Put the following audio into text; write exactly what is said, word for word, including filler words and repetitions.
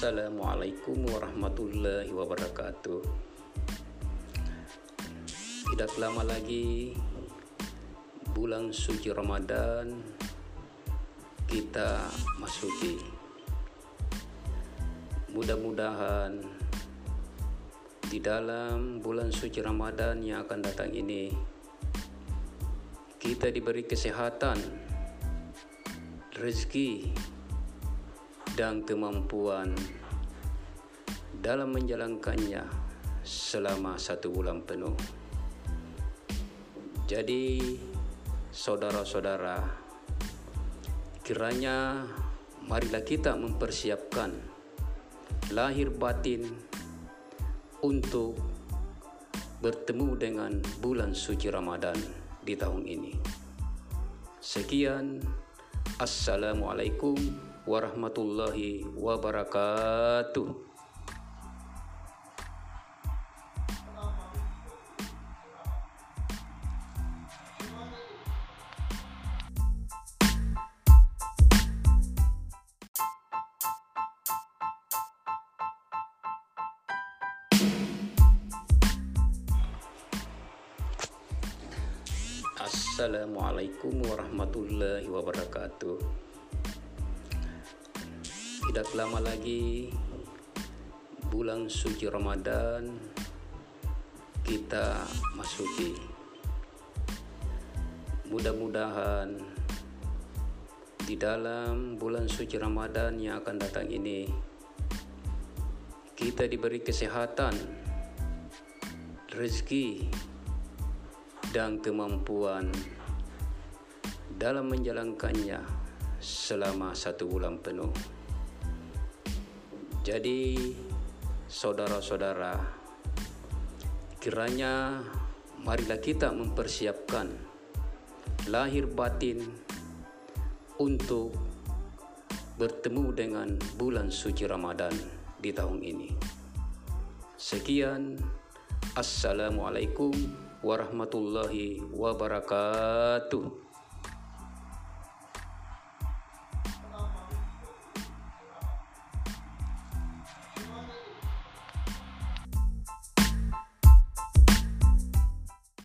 Assalamualaikum warahmatullahi wabarakatuh. Tidak lama lagi bulan suci Ramadan kita masuki. Mudah-mudahan di dalam bulan suci Ramadan yang akan datang ini kita diberi kesehatan, rezeki, dan kemampuan dalam menjalankannya selama satu bulan penuh. Jadi saudara-saudara, kiranya marilah kita mempersiapkan lahir batin untuk bertemu dengan bulan suci Ramadan di tahun ini. Sekian, Assalamualaikum warahmatullahi wabarakatuh. Assalamualaikum warahmatullahi wabarakatuh. Tidak lama lagi bulan suci Ramadan kita masuki. Mudah-mudahan di dalam bulan suci Ramadan yang akan datang ini kita diberi kesehatan, rezeki, dan kemampuan dalam menjalankannya selama satu bulan penuh. Jadi saudara-saudara, kiranya marilah kita mempersiapkan lahir batin untuk bertemu dengan bulan suci Ramadan di tahun ini. Sekian, Assalamualaikum warahmatullahi wabarakatuh.